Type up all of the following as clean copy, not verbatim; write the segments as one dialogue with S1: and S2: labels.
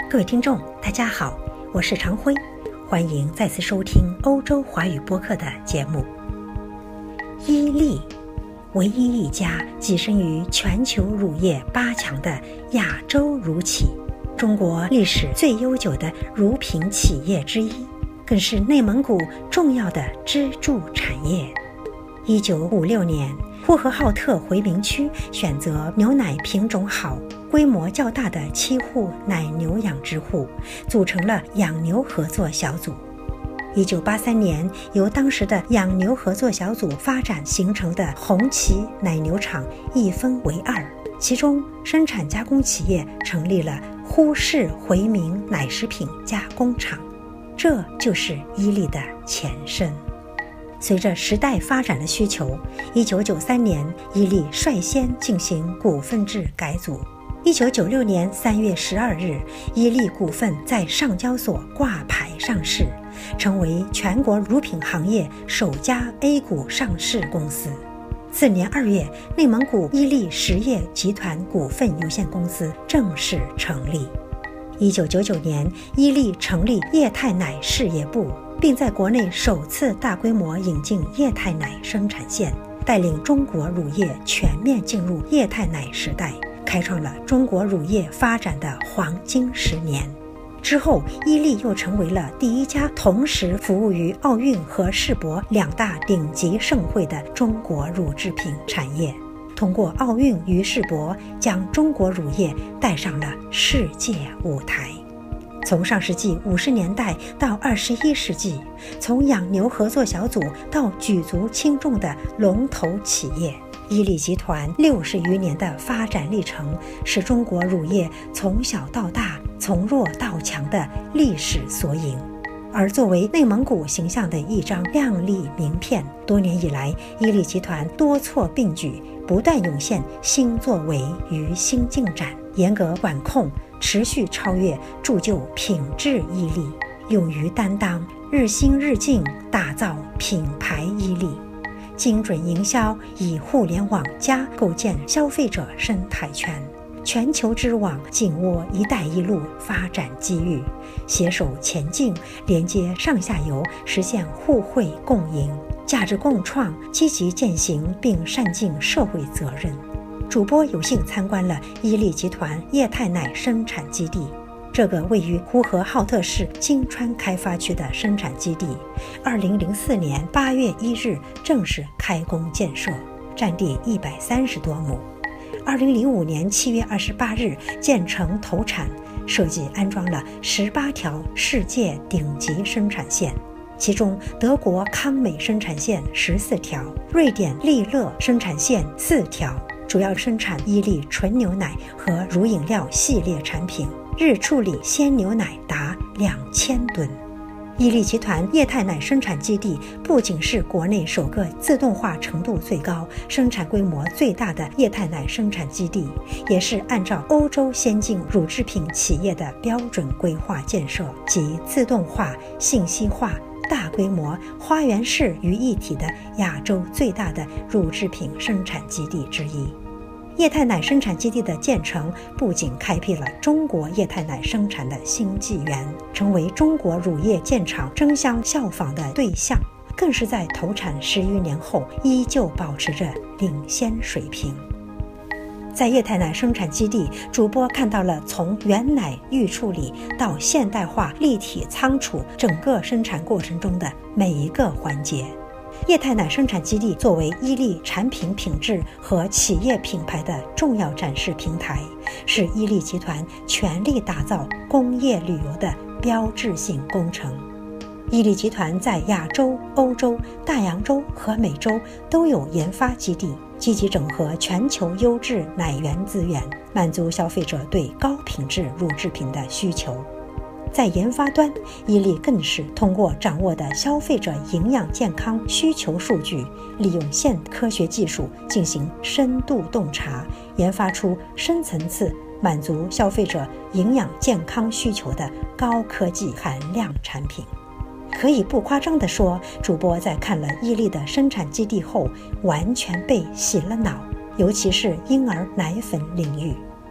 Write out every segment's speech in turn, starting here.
S1: 各位听众大家好，我是常辉，欢迎再次收听欧洲华语播客的节目。伊利，唯一一家跻身于全球乳业8强的亚洲乳企，中国历史最悠久的乳品企业之一，更是内蒙古重要的支柱产业。1956年，呼和浩特回民区选择牛奶品种好、规模较大的7户奶牛养殖户，组成了养牛合作小组。1983年，由当时的养牛合作小组发展形成的红旗奶牛场一分为2，其中生产加工企业成立了呼市回民奶食品加工厂，这就是伊利的前身。随着时代发展的需求，1993年，伊利率先进行股份制改组。1996年3月12日，伊利股份在上交所挂牌上市，成为全国乳品行业首家 A 股上市公司。次年2月，内蒙古伊利实业集团股份有限公司正式成立。1999年，伊利成立液态奶事业部，并在国内首次大规模引进液态奶生产线，带领中国乳业全面进入液态奶时代，开创了中国乳业发展的黄金10年。之后，伊利又成为了第一家同时服务于奥运和世博2大顶级盛会的中国乳制品产业，通过奥运与世博，将中国乳业带上了世界舞台。从上世纪50年代到21世纪，从养牛合作小组到举足轻重的龙头企业，伊利集团60余年的发展历程，是中国乳业从小到大、从弱到强的历史缩影。而作为内蒙古形象的一张亮丽名片，多年以来，伊利集团多措并举，不断涌现新作为与新进展，严格管控，持续超越，铸就品质伊利，勇于担当，日新日进，打造品牌伊利。精准营销，以互联网加构建消费者生态圈，全球之网紧握一带一路发展机遇，携手前进，连接上下游，实现互惠共赢，价值共创，积极践行并善尽社会责任。主播有幸参观了伊利集团液态奶生产基地，这个位于呼和浩特市金川开发区的生产基地，2004年8月1日正式开工建设，占地130多亩。2005年7月28日建成投产，设计安装了18条世界顶级生产线，其中德国康美生产线14条，瑞典利乐生产线4条，主要生产伊利纯牛奶和乳饮料系列产品，日处理鲜牛奶达2000吨。伊利集团液态奶生产基地不仅是国内首个自动化程度最高、生产规模最大的液态奶生产基地，也是按照欧洲先进乳制品企业的标准规划建设，及自动化、信息化、大规模花园式于一体的亚洲最大的乳制品生产基地之一。液态奶生产基地的建成，不仅开辟了中国液态奶生产的新纪元，成为中国乳业建厂争相效仿的对象，更是在投产10余年后依旧保持着领先水平。在液态奶生产基地，主播看到了从原奶预处理到现代化立体仓储整个生产过程中的每一个环节。液态奶生产基地作为伊利产品品质和企业品牌的重要展示平台，是伊利集团全力打造工业旅游的标志性工程。伊利集团在亚洲、欧洲、大洋洲和美洲都有研发基地，积极整合全球优质奶源资源，满足消费者对高品质乳制品的需求。在研发端，伊利更是通过掌握的消费者营养健康需求数据，利用现科学技术进行深度洞察，研发出深层次满足消费者营养健康需求的高科技含量产品。可以不夸张地说，主播在看了伊利的生产基地后，完全被洗了脑，尤其是婴儿奶粉领域。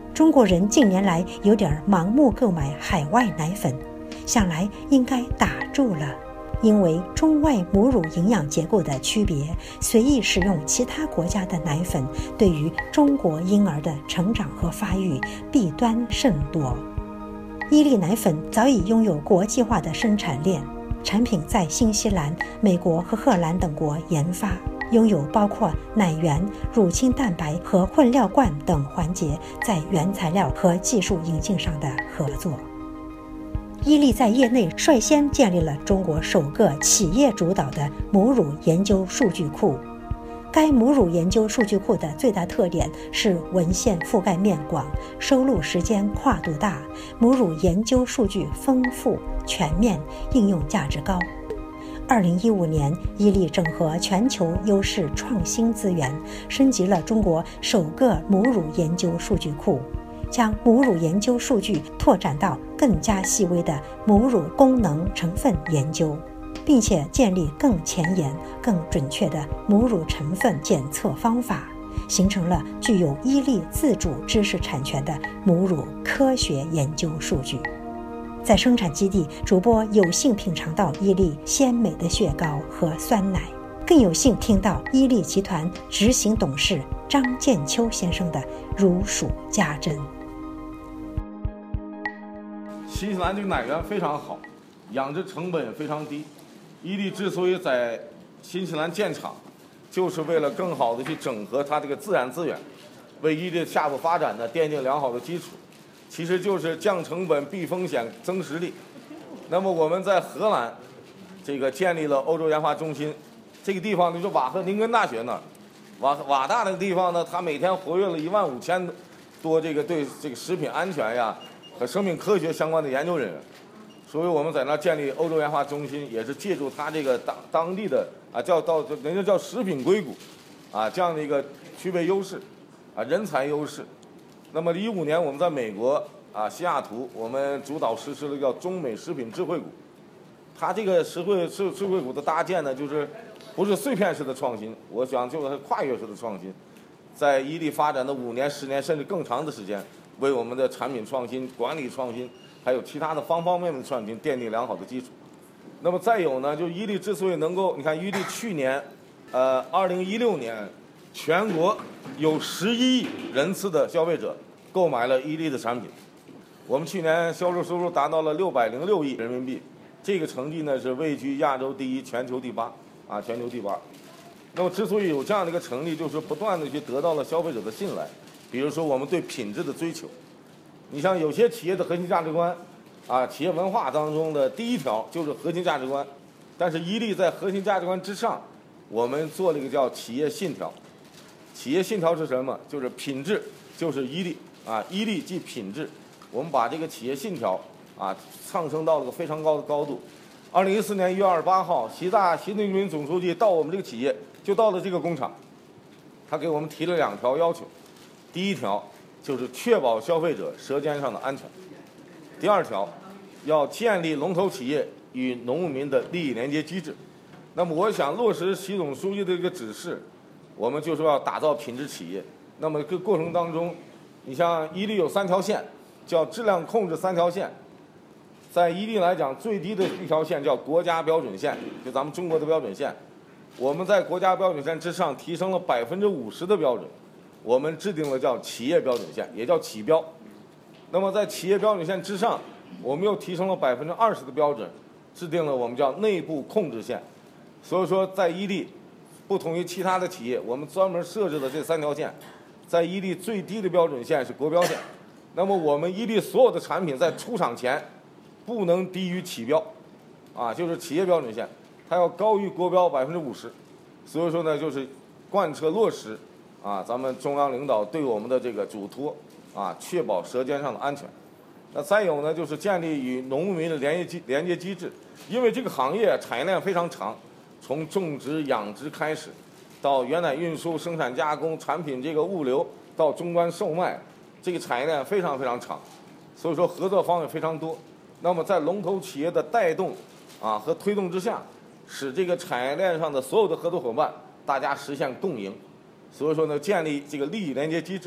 S1: 中国人近年来有点盲目购买海外奶粉，想来应该打住了。因为中外母乳营养结构的区别，随意使用其他国家的奶粉，对于中国婴儿的成长和发育弊端甚多。伊利奶粉早已拥有国际化的生产链，产品在新西兰、美国和荷兰等国研发，拥有包括奶源、乳清蛋白和混料罐等环节在原材料和技术引进上的合作。伊利在业内率先建立了中国首个企业主导的母乳研究数据库。该母乳研究数据库的最大特点是文献覆盖面广，收录时间跨度大，母乳研究数据丰富全面，应用价值高。2015年，伊利整合全球优势创新资源，升级了中国首个母乳研究数据库，将母乳研究数据拓展到更加细微的母乳功能成分研究，并且建立更前沿、更准确的母乳成分检测方法，形成了具有伊利自主知识产权的母乳科学研究数据。在生产基地，主播有幸品尝到伊利鲜美的雪糕和酸奶，更有幸听到伊利集团执行董事张建秋先生的如数家珍。
S2: 新西兰这个奶源非常好，养殖成本也非常低。伊利之所以在新西兰建厂，就是为了更好的去整合它这个自然资源，为伊利下一步发展呢奠定良好的基础。其实就是降成本、避风险、增实力。那么我们在荷兰这个建立了欧洲研发中心，这个地方就是瓦赫宁根大学那儿，瓦大那个地方呢，它每天活跃了15000多这个对这个食品安全呀和生命科学相关的研究人员。所以我们在那建立欧洲研发中心，也是借助它这个当地的人家叫食品硅谷这样的一个区别优势人才优势。那么15年我们在美国西雅图，我们主导实施了叫中美食品智慧谷。它这个智慧谷的搭建呢，就是不是碎片式的创新，我想就是跨越式的创新，在伊利发展的5年、10年甚至更长的时间，为我们的产品创新、管理创新还有其他的方方面面的创新奠定良好的基础。那么再有呢，就伊利之所以能够，你看伊利去年2016年全国有11亿人次的消费者购买了伊利的产品，我们去年销售收入达到了606亿人民币，这个成绩呢是位居亚洲第一，全球第8全球第8。那么之所以有这样的一个成绩，就是不断的去得到了消费者的信赖。比如说我们对品质的追求，你像有些企业的核心价值观企业文化当中的第一条就是核心价值观，但是伊利在核心价值观之上，我们做了一个叫企业信条。企业信条是什么？就是品质，就是伊利伊利即品质。我们把这个企业信条上升到了个非常高的高度。2014年1月28号，习近平总书记到我们这个企业，就到了这个工厂，他给我们提了2条要求。第一条就是确保消费者舌尖上的安全，第2条要建立龙头企业与农民的利益连接机制。那么我想落实习总书记的这个指示，我们就说要打造品质企业。那么这个过程当中，你像伊利有3条线，叫质量控制3条线。在伊利来讲，最低的一条线叫国家标准线，就咱们中国的标准线。我们在国家标准线之上提升了50%的标准，我们制定了叫企业标准线，也叫企标。那么在企业标准线之上，我们又提升了20%的标准，制定了我们叫内部控制线。所以说，在伊利不同于其他的企业，我们专门设置的这3条线，在伊利最低的标准线是国标线。那么我们伊利所有的产品在出厂前不能低于企标，就是企业标准线，它要高于国标50%。所以说呢，就是贯彻落实咱们中央领导对我们的这个嘱托确保舌尖上的安全。那再有呢，就是建立与农民的连接机制，因为这个行业产业链非常长，从种植养殖开始，到原奶运输、生产加工、产品这个物流到终端售卖，这个产业链非常非常长，所以说合作方也非常多。那么在龙头企业的带动和推动之下，使这个产业链上的所有的合作伙伴大家实现共赢。所以说呢，建立这个利益连接机制，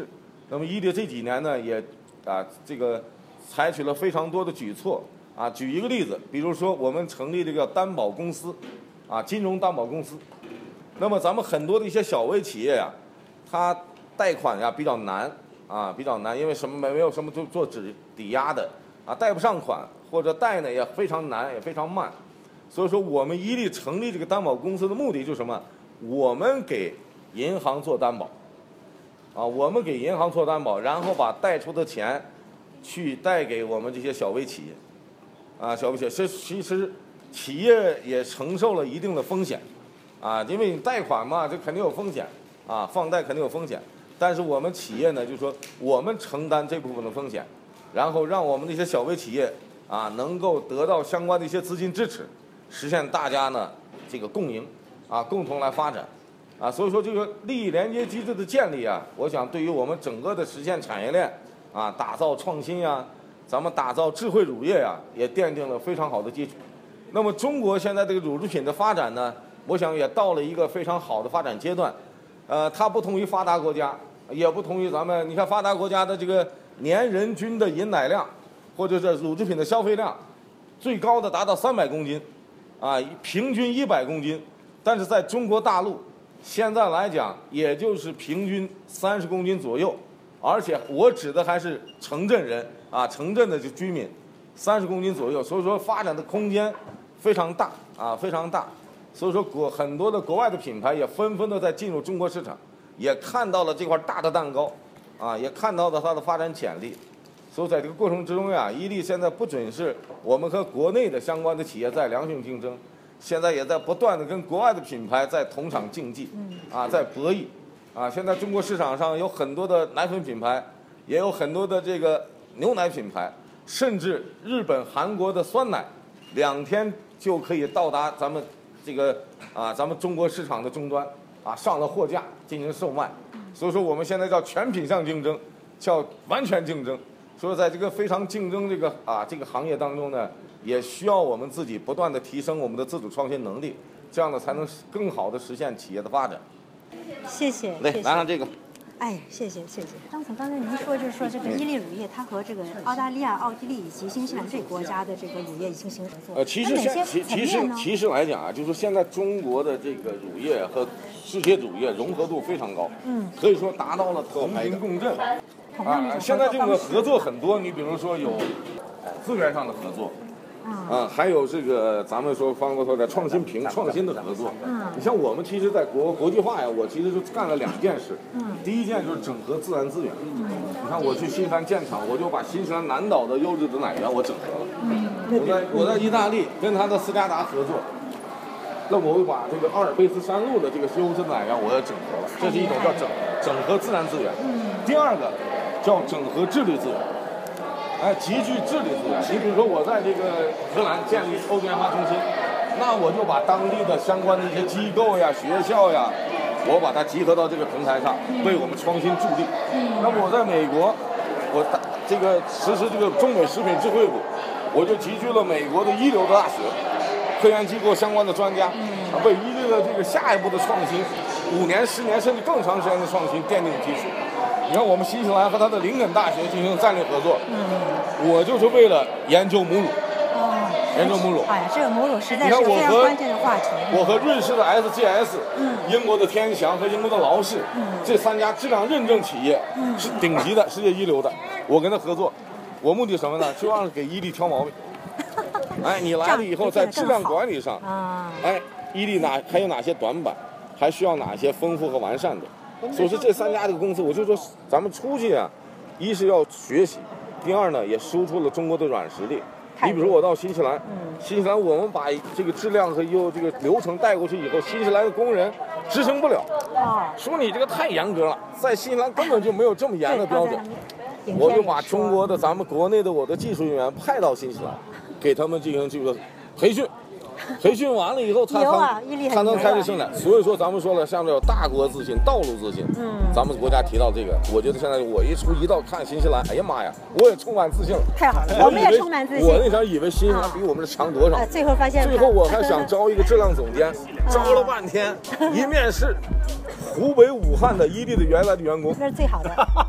S2: 那么伊利这几年呢，也这个采取了非常多的举措啊。举一个例子，比如说我们成立这个担保公司，金融担保公司。那么咱们很多的一些小微企业呀，它贷款呀比较难比较难，因为没有什么做抵押的贷不上款，或者贷呢也非常难，也非常慢。所以说我们伊利成立这个担保公司的目的就是什么？我们给银行做担保我们给银行做担保，然后把贷出的钱去贷给我们这些小微企业小微企业。其实企业也承受了一定的风险因为你贷款嘛，这肯定有风险放贷肯定有风险。但是我们企业呢，就是说我们承担这部分的风险，然后让我们那些小微企业能够得到相关的一些资金支持，实现大家呢这个共赢共同来发展所以说这个利益连接机制的建立我想对于我们整个的实现产业链打造创新咱们打造智慧乳业也奠定了非常好的基础。那么中国现在这个乳制品的发展呢，我想也到了一个非常好的发展阶段。它不同于发达国家，也不同于咱们，你看发达国家的这个年人均的饮奶量，或者是乳制品的消费量，最高的达到300公斤，平均100公斤。但是在中国大陆，现在来讲，也就是平均30公斤左右，而且我指的还是城镇人城镇的这居民，30公斤左右。所以说发展的空间非常大非常大。所以说很多的国外的品牌也纷纷的在进入中国市场，也看到了这块大的蛋糕也看到了它的发展潜力。所以在这个过程之中伊利现在不仅是我们和国内的相关的企业在良性竞争，现在也在不断的跟国外的品牌在同场竞技在博弈现在中国市场上有很多的奶粉品牌，也有很多的这个牛奶品牌，甚至日本韩国的酸奶2天就可以到达咱们这个咱们中国市场的终端上了货架进行售卖。所以说我们现在叫全品项竞争，叫完全竞争。所以在这个非常竞争这个行业当中呢，也需要我们自己不断的提升我们的自主创新能力，这样呢才能更好的实现企业的发展。
S1: 谢谢。
S2: 来拿上这个。
S1: 谢谢。
S3: 张总，刚才您说就是说这个伊利乳业，它和这个澳大利亚、奥地利以及新西兰这国家的这个乳业已经形成合作。
S2: 其实来讲就是说现在中国的这个乳业和世界乳业融合度非常高，可以说达到了同频共振现在这个合作很多，你比如说有资源上的合作。还有这个咱们方哥说的创新的合作。你像我们其实在国际化我其实就干了2件事。第一件就是整合自然资源。你看我去新西兰建厂，我就把新西兰南岛的优质的奶源我整合了。我在意大利跟他的斯嘉达合作，那我会把这个阿尔卑斯山麓的这个优质的奶源我也整合了，这是一种叫整合自然资源。第二个叫整合智力资源。集聚智力资源。你比如说我在这个荷兰建立欧洲研发中心，那我就把当地的相关的一些机构学校我把它集合到这个平台上，为我们创新助力。那么我在美国，我这个实施这个中美食品智慧谷，我就集聚了美国的一流的大学、科研机构相关的专家，为伊利的这个下一步的创新，5年、10年甚至更长时间的创新奠定基础。你看我们新西兰和他的林肯大学进行战略合作，我就是为了研究母乳。研究母乳。
S3: 这个母乳实在是非常关键的话题。
S2: 我和瑞士的 SGS，英国的天祥和英国的劳氏，这3家质量认证企业是顶级的，世界一流的。我跟他合作，我目的什么呢？就让给伊利挑毛病。你来了以后，在质量管理上，伊利还有哪些短板，还需要哪些丰富和完善的。所以说这3家这个公司，我就说咱们出去一是要学习，第二呢也输出了中国的软实力。你比如说我到新西兰，新西兰我们把这个质量和这个流程带过去以后，新西兰的工人支撑不了，说你这个太严格了，在新西兰根本就没有这么严的标准。我就把中国的咱们国内的我的技术人员派到新西兰，给他们进行这个培训。培训完了以后，他能开始生产。所以说，咱们说了，像这种大国自信、道路自信，咱们国家提到这个，我觉得现在我一到看新西兰，哎呀妈呀，我也充满自信了。
S3: 太好了，我们也充满自信。
S2: 我那前以为新西兰比我们强多少，
S3: 最后发现，
S2: 最后我还想招一个质量总监，招了半天，一面试，湖北武汉的伊利的原来的员工，
S3: 那是最好的。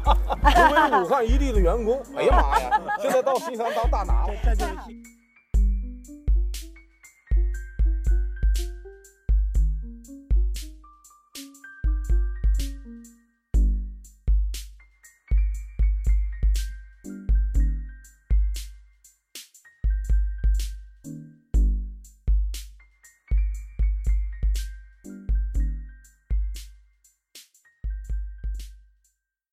S2: 成为武汉伊利的员工。哎呀妈呀，现在到新西兰当大拿了。
S1: 这就是。